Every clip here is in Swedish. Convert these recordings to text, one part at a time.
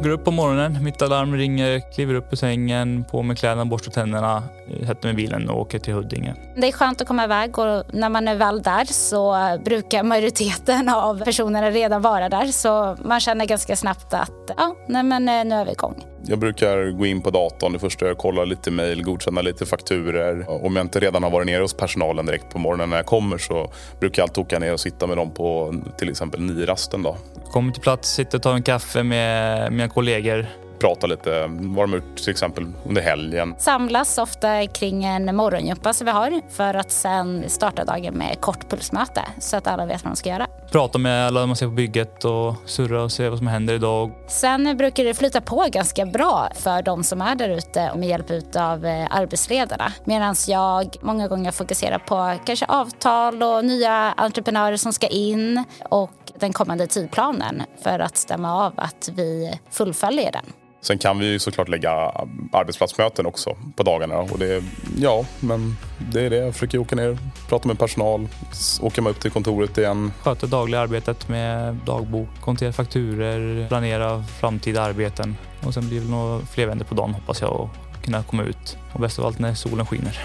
Går upp på morgonen, mitt alarm ringer, kliver upp ur sängen, på med kläderna, borstar tänderna, sätter mig i bilen och åker till Huddinge. Det är skönt att komma iväg och när man är väl där så brukar majoriteten av personerna redan vara där. Så man känner ganska snabbt att nu är vi igång. Jag brukar gå in på datorn det första jag kollar lite mejl, godkänna lite fakturer. Om jag inte redan har varit nere hos personalen direkt på morgonen när jag kommer så brukar jag alltid åka ner och sitta med dem på till exempel 9-rasten då. Kommer till plats, sitter och tar en kaffe med mina kollegor. Prata lite, vad de gjort till exempel under helgen. Samlas ofta kring en morgongympa som vi har för att sen starta dagen med kort pulsmöte så att alla vet vad de ska göra. Prata med alla man ser på bygget och surra och se vad som händer idag. Sen brukar det flyta på ganska bra för de som är där ute med hjälp av arbetsledarna. Medan jag många gånger fokuserar på kanske avtal och nya entreprenörer som ska in och den kommande tidplanen för att stämma av att vi fullföljer den. Sen kan vi ju såklart lägga arbetsplatsmöten också på dagarna. Och det är det. Jag försöker åka ner, prata med personal, åka med upp till kontoret igen. Sköter dagliga arbetet med dagbok, kontera fakturer, planera framtida arbeten. Och sen blir det några fler vändor på dagen hoppas jag och kunna komma ut. Och bäst av allt när solen skiner.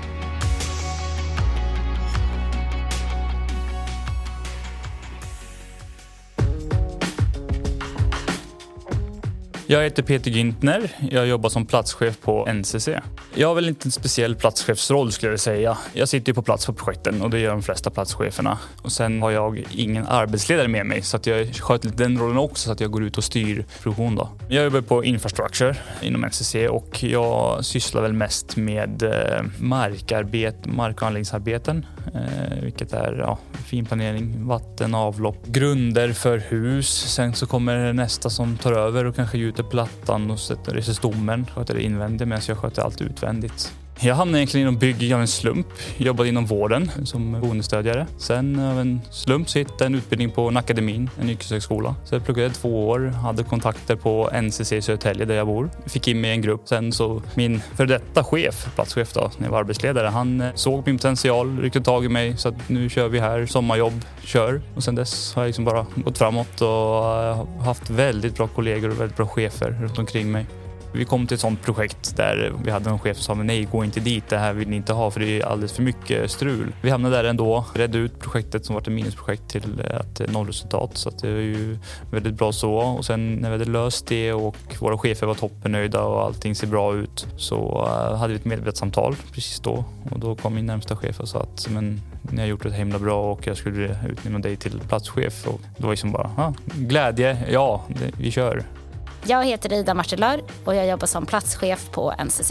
Jag heter Peter Güntner. Jag jobbar som platschef på NCC. Jag har väl inte en speciell platschefsroll skulle jag säga. Jag sitter ju på plats på projekten och det gör de flesta platscheferna. Och sen har jag ingen arbetsledare med mig så att jag sköter lite den rollen också så att jag går ut och styr produktion då. Jag jobbar på infrastructure inom NCC och jag sysslar väl mest med mark- och anläggningsarbeten. Vilket är finplanering, vatten, avlopp, grunder för hus. Sen så kommer nästa som tar över och kanske gjuter plattan och sätter stommen. Sköter det invändigt medan jag sköter allt utvändigt. Jag hamnade egentligen inom bygg av en slump. Jobbade inom vården som boendestödjare. Sen av en slump så hittade jag en utbildning på en akademin, en yrkeshögskola. Så jag pluggade 2 år, hade kontakter på NCC i Södertälje där jag bor. Fick in mig i en grupp. Sen så min för detta platschef då, när jag var arbetsledare, han såg min potential, ryckte tag i mig så att nu kör vi här, sommarjobb, kör. Och sen dess har jag liksom bara gått framåt och haft väldigt bra kollegor och väldigt bra chefer runt omkring mig. Vi kom till ett sånt projekt där vi hade en chef som sa nej, gå inte dit, det här vill ni inte ha för det är alldeles för mycket strul. Vi hamnade där ändå, redde ut projektet som var ett minusprojekt till ett nollresultat så att det var ju väldigt bra så. Och sen när vi hade löst det och våra chefer var toppennöjda och allting ser bra ut så hade vi ett medvetet precis då. Och då kom min närmsta chef och sa att men ni har gjort det himla bra och jag skulle utnämna dig till platschef. Och då var liksom bara, glädje, vi kör. Jag heter Ida Martelör och jag jobbar som platschef på NCC.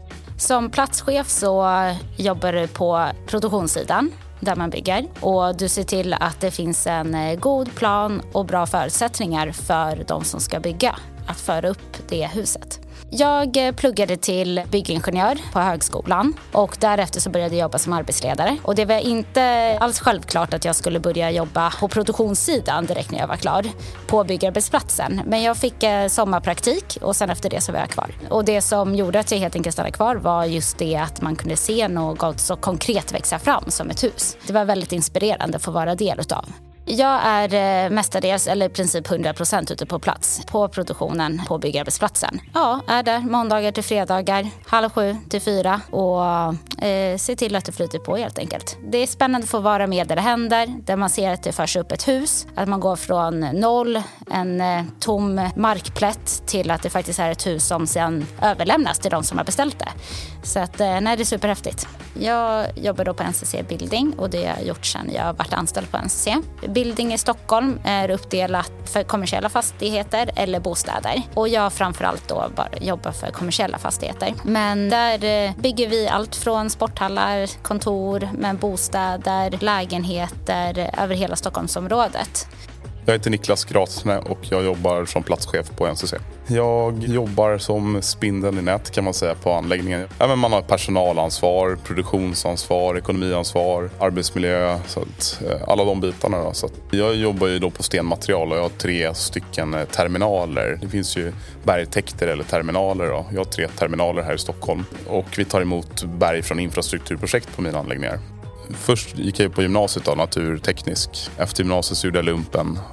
Som platschef så jobbar du på produktionssidan där man bygger och du ser till att det finns en god plan och bra förutsättningar för de som ska bygga att föra upp det huset. Jag pluggade till byggingenjör på högskolan och därefter så började jag jobba som arbetsledare. Och det var inte alls självklart att jag skulle börja jobba på produktionssidan direkt när jag var klar på byggarbetsplatsen. Men jag fick sommarpraktik och sen efter det så var jag kvar. Och det som gjorde att jag helt enkelt stannade kvar var just det att man kunde se något så konkret växa fram som ett hus. Det var väldigt inspirerande att få vara del utav. Jag är mestadels eller i princip 100% ute på plats på produktionen på byggarbetsplatsen. Ja, är där måndagar till fredagar, 6:30 till 4 och se till att det flyter på helt enkelt. Det är spännande att få vara med där det händer, där man ser att det förs upp ett hus. Att man går från noll, en tom markplätt till att det faktiskt är ett hus som sedan överlämnas till de som har beställt det. Så att, det är superhäftigt. Jag jobbar då på NCC Building och det har jag gjort sedan jag varit anställd på NCC. Building i Stockholm är uppdelat för kommersiella fastigheter eller bostäder. Och jag framförallt då bara jobbar för kommersiella fastigheter. Men där bygger vi allt från sporthallar, kontor, med bostäder, lägenheter över hela Stockholmsområdet. Jag heter Niklas Grasne och jag jobbar som platschef på NCC. Jag jobbar som spindeln i nät kan man säga på anläggningen. Även man har personalansvar, produktionsansvar, ekonomiansvar, arbetsmiljö, så att, alla de bitarna. Då. Så att jag jobbar ju då på stenmaterial och jag har 3 stycken terminaler. Det finns ju bergtäkter eller terminaler. Då. Jag har 3 terminaler här i Stockholm och vi tar emot berg från infrastrukturprojekt på mina anläggningar. Först gick jag på gymnasiet av naturteknisk. Efter gymnasiet så gjorde jag lumpen och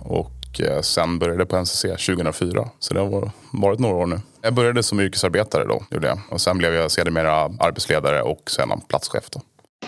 och sen började jag på NCC 2004. Så det har varit några år nu. Jag började som yrkesarbetare då, gjorde jag. Och sen blev jag sedermera arbetsledare och sedan platschef då.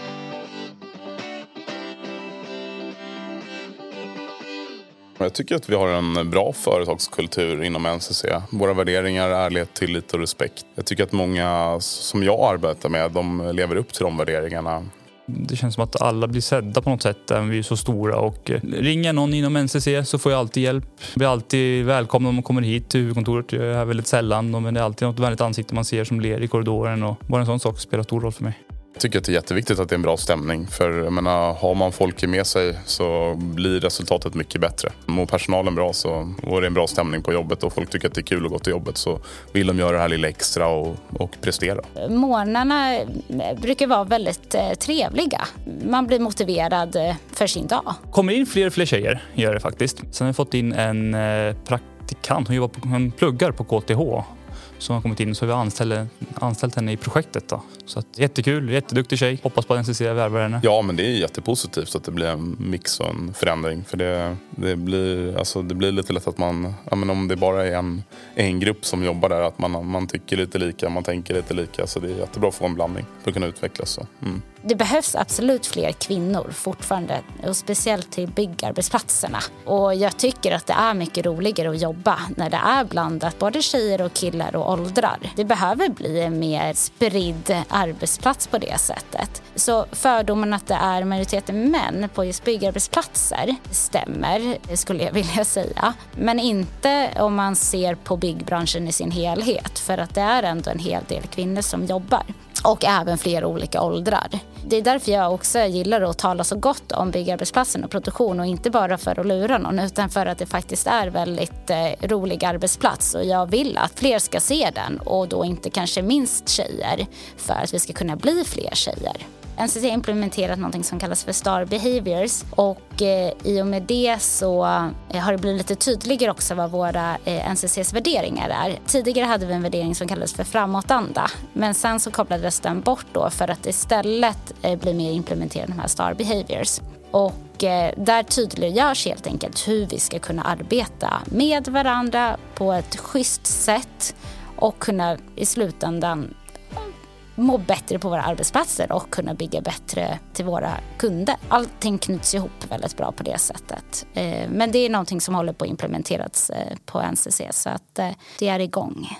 Jag tycker att vi har en bra företagskultur inom NCC. Våra värderingar, ärlighet, tillit och respekt. Jag tycker att många som jag arbetar med, de lever upp till de värderingarna. Det känns som att alla blir sedda på något sätt, även vi är så stora. Och ringer någon inom NCC så får jag alltid hjälp. Jag blir alltid välkommen om man kommer hit till huvudkontoret. Jag är här väldigt sällan, men det är alltid något vänligt ansikte man ser som ler i korridoren. Och bara en sån sak spelar stor roll för mig. Jag tycker att det är jätteviktigt att det är en bra stämning. För jag menar, har man folk med sig så blir resultatet mycket bättre. Mår personalen bra så och det är en bra stämning på jobbet och folk tycker att det är kul att gå till jobbet så vill de göra det här lilla extra och prestera. Morgnarna brukar vara väldigt trevliga. Man blir motiverad för sin dag. Kommer in fler och fler tjejer, gör det faktiskt. Sen har jag fått in en praktikant. Hon pluggar på KTH. Så har kommit in så har vi anställt henne i projektet då. Så att, jättekul, jätteduktig tjej. Hoppas på att NCC värvar henne. Ja, men det är jättepositivt att det blir en mix och en förändring. För det blir lite lätt att man, ja, men om det bara är en grupp som jobbar där, att man tycker lite lika, man tänker lite lika. Så det är jättebra att få en blandning för att kunna utvecklas. Så. Det behövs absolut fler kvinnor fortfarande, och speciellt till byggarbetsplatserna. Och jag tycker att det är mycket roligare att jobba när det är blandat, både tjejer och killar och åldrar. Det behöver bli en mer spridd arbetsplats på det sättet. Så fördomen att det är majoriteten män på just byggarbetsplatser stämmer, skulle jag vilja säga. Men inte om man ser på byggbranschen i sin helhet, för att det är ändå en hel del kvinnor som jobbar. Och även flera olika åldrar. Det är därför jag också gillar att tala så gott om byggarbetsplatsen och produktion. Och inte bara för att lura någon, utan för att det faktiskt är väldigt rolig arbetsplats. Och jag vill att fler ska se den, och då inte kanske minst tjejer, för att vi ska kunna bli fler tjejer. NCC har implementerat något som kallas för Star Behaviors, och i och med det så har det blivit lite tydligare också vad våra NCCs värderingar är. Tidigare hade vi en värdering som kallades för framåtanda, men sen så kopplades den bort då för att istället bli mer implementerade de här Star Behaviors. Och där tydliggörs helt enkelt hur vi ska kunna arbeta med varandra på ett schysst sätt och kunna i slutändan må bättre på våra arbetsplatser och kunna bygga bättre till våra kunder. Allting knyts ihop väldigt bra på det sättet. Men det är någonting som håller på att implementeras på NCC, så att det är igång.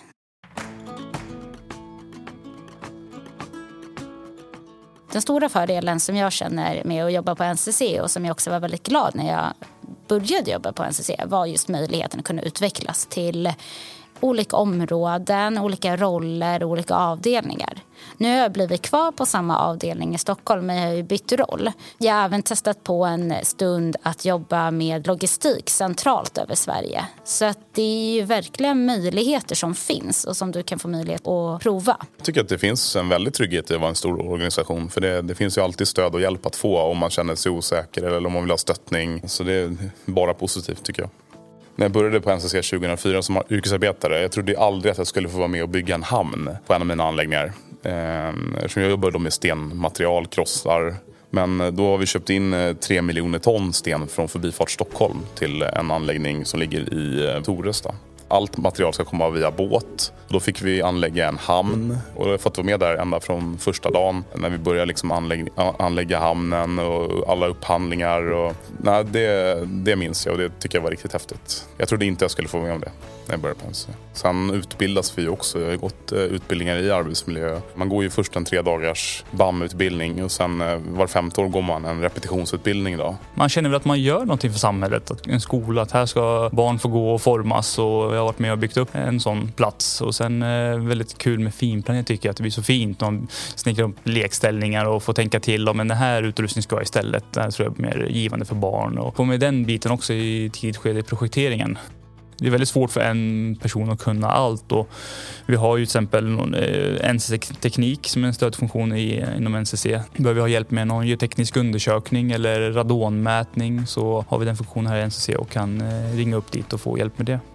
Den stora fördelen som jag känner med att jobba på NCC, och som jag också var väldigt glad när jag började jobba på NCC, var just möjligheten att kunna utvecklas till olika områden, olika roller, olika avdelningar. Nu har jag blivit kvar på samma avdelning i Stockholm, men jag har ju bytt roll. Jag har även testat på en stund att jobba med logistik centralt över Sverige. Så att det är ju verkligen möjligheter som finns och som du kan få möjlighet att prova. Jag tycker att det finns en väldigt trygghet i att vara en stor organisation. För det finns ju alltid stöd och hjälp att få om man känner sig osäker eller om man vill ha stöttning. Så det är bara positivt, tycker jag. När jag började på NCC 2004 som yrkesarbetare, jag trodde aldrig att jag skulle få vara med och bygga en hamn på en av mina anläggningar. Eftersom jag jobbade med stenmaterial, krossar. Men då har vi köpt in 3 miljoner ton sten från Förbifart Stockholm till en anläggning som ligger i Toresta. Allt material ska komma via båt. Då fick vi anlägga en hamn. Och jag har fått vara med där ända från första dagen. När vi började liksom anlägga hamnen och alla upphandlingar. Och, nej, det minns jag och det tycker jag var riktigt häftigt. Jag trodde inte jag skulle få med om det när jag började på NCC. Sen utbildas vi också. Jag har gått utbildningar i arbetsmiljö. Man går ju först en 3 dagars BAM-utbildning och sen var 5:e år går man en repetitionsutbildning då. Man känner väl att man gör någonting för samhället. En skola, att här ska barn få gå och formas, och jag har varit med och byggt upp en sån plats. Och sen väldigt kul med finplanering, tycker jag att det blir så fint. De snickrar upp lekställningar och får tänka till om den här utrustningen ska istället. Det här tror jag är mer givande för barn. Och få med den biten också i tidigt skede i projekteringen. Det är väldigt svårt för en person att kunna allt, och vi har ju till exempel NCC-teknik som är en stödfunktion inom NCC. Behöver vi ha hjälp med någon geoteknisk undersökning eller radonmätning, så har vi den funktionen här i NCC och kan ringa upp dit och få hjälp med det.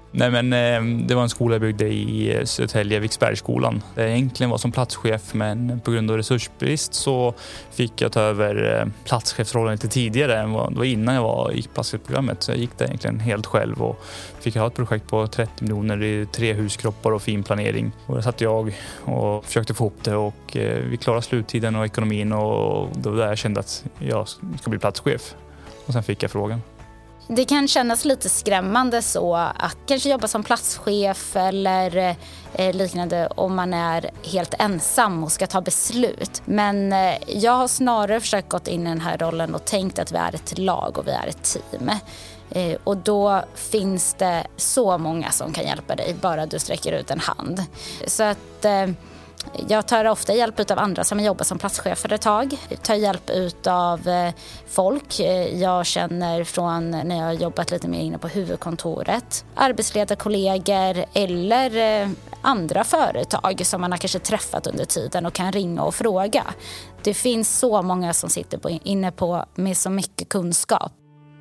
Nej, men det var en skola jag byggde i Södertälje, Viksbergsskolan. Det egentligen var som platschef, men på grund av resursbrist så fick jag ta över platschefsrollen lite tidigare. Det var innan jag gick platschefsprogrammet, så jag gick där egentligen helt själv och fick ha ett projekt på 30 miljoner i 3 huskroppar och fin planering. Och där satt jag och försökte få ihop det och vi klarade sluttiden och ekonomin, och då var där jag kände att jag ska bli platschef. Och sen fick jag frågan. Det kan kännas lite skrämmande så att kanske jobba som platschef eller liknande om man är helt ensam och ska ta beslut. Men jag har snarare försökt gå in i den här rollen och tänkt att vi är ett lag och vi är ett team. Och då finns det så många som kan hjälpa dig, bara du sträcker ut en hand. Så att jag tar ofta hjälp av andra som jobbar som platschefer ett tag. Jag tar hjälp av folk jag känner från när jag har jobbat lite mer inne på huvudkontoret. Arbetsledarkollegor eller andra företag som man har kanske träffat under tiden och kan ringa och fråga. Det finns så många som sitter inne på med så mycket kunskap.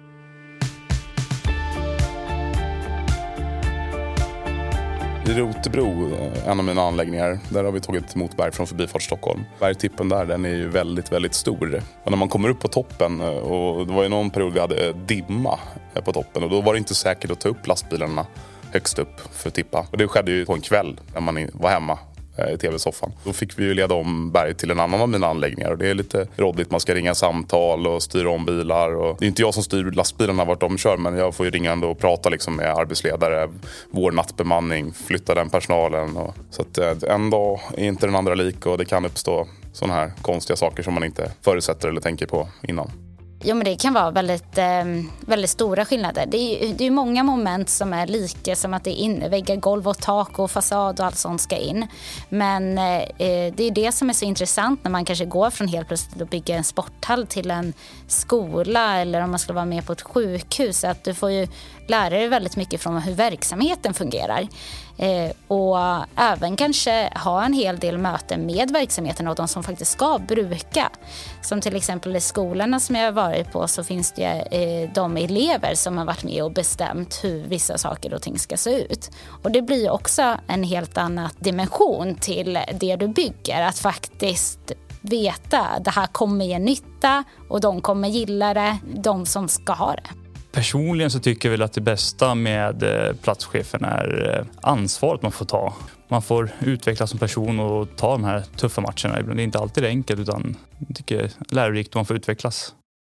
I Rotebro, en av mina anläggningar, där har vi tagit emot berg från Förbifart Stockholm. Bergtippen där, den är ju väldigt, väldigt stor. Och när man kommer upp på toppen, och det var ju någon period vi hade dimma på toppen, och då var det inte säkert att ta upp lastbilarna högst upp för att tippa. Och det skedde ju på en kväll när man var hemma i tv-soffan. Då fick vi ju leda om berg till en annan av mina anläggningar, och det är lite råddigt. Man ska ringa samtal och styra om bilar, och det är inte jag som styr lastbilarna vart de kör, men jag får ju ringa ändå och prata liksom med arbetsledare, vår nattbemanning, flytta den personalen, och så att en dag är inte den andra lik, och det kan uppstå sådana här konstiga saker som man inte förutsätter eller tänker på innan. Jo, men det kan vara väldigt stora skillnader. Det är många moment som är lika, som att det är inneväggar, golv och tak och fasad och allt sånt ska in. Men det är det som är så intressant när man kanske går från helt plötsligt att bygga en sporthall till en skola, eller om man ska vara med på ett sjukhus. Att du får ju lära dig väldigt mycket från hur verksamheten fungerar. Och även kanske ha en hel del möten med verksamheten och de som faktiskt ska bruka. Som till exempel i skolorna som jag har varit på, så finns det de elever som har varit med och bestämt hur vissa saker och ting ska se ut. Och det blir också en helt annan dimension till det du bygger. Att faktiskt veta att det här kommer ge nytta och de kommer gilla det, de som ska ha det. Personligen så tycker jag väl att det bästa med platschefen är ansvaret man får ta. Man får utvecklas som person och ta de här tuffa matcherna. Det är inte alltid enkelt, utan jag tycker det är lärorikt och man får utvecklas.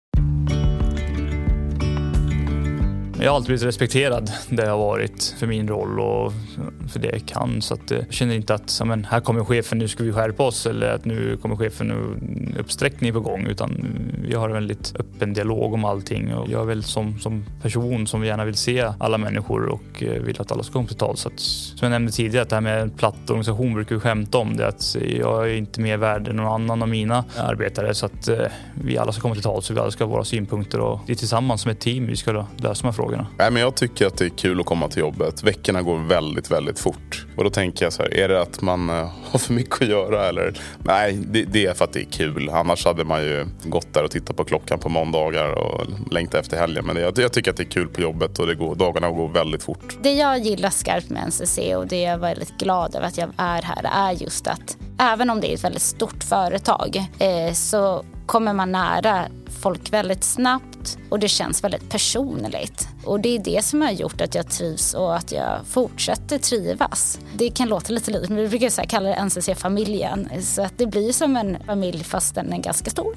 Jag har alltid blivit respekterad där jag har varit för min roll och för det jag kan. Så att jag känner inte att här kommer chefen, nu ska vi skärpa oss, eller att nu kommer chefen och uppsträckning på gång. Utan vi har en väldigt öppen dialog om allting. Och jag är väl som person som gärna vill se alla människor och vill att alla ska komma till tal. Så att, som jag nämnde tidigare, att det här med en platt organisation brukar vi skämta om. Det att jag är inte mer värd än någon annan av mina arbetare. Så att vi alla ska komma till tal, så vi alla ska ha våra synpunkter. Och det är tillsammans som ett team vi ska lösa de här frågorna. Nej, men jag tycker att det är kul att komma till jobbet. Veckorna går väldigt, väldigt fort. Och då tänker jag så här, är det att man har för mycket att göra? Eller? Nej, det är för att det är kul. Annars hade man ju gått där och tittat på klockan på måndagar och längtat efter helgen. Men jag tycker att det är kul på jobbet, och dagarna går väldigt fort. Det jag gillar skarpt med NCC, och det jag är väldigt glad över att jag är här, är just att även om det är ett väldigt stort företag så kommer man nära folk väldigt snabbt, och det känns väldigt personligt. Och det är det som har gjort att jag trivs och att jag fortsätter trivas. Det kan låta lite litet, men vi brukar så här kalla det NCC-familjen. Så att det blir som en familj fast den är ganska stor.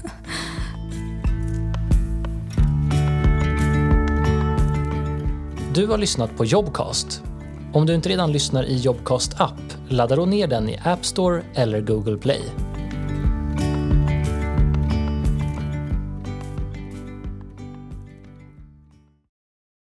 Du har lyssnat på Jobcast. Om du inte redan lyssnar i Jobcast app, ladda då ner den i App Store eller Google Play.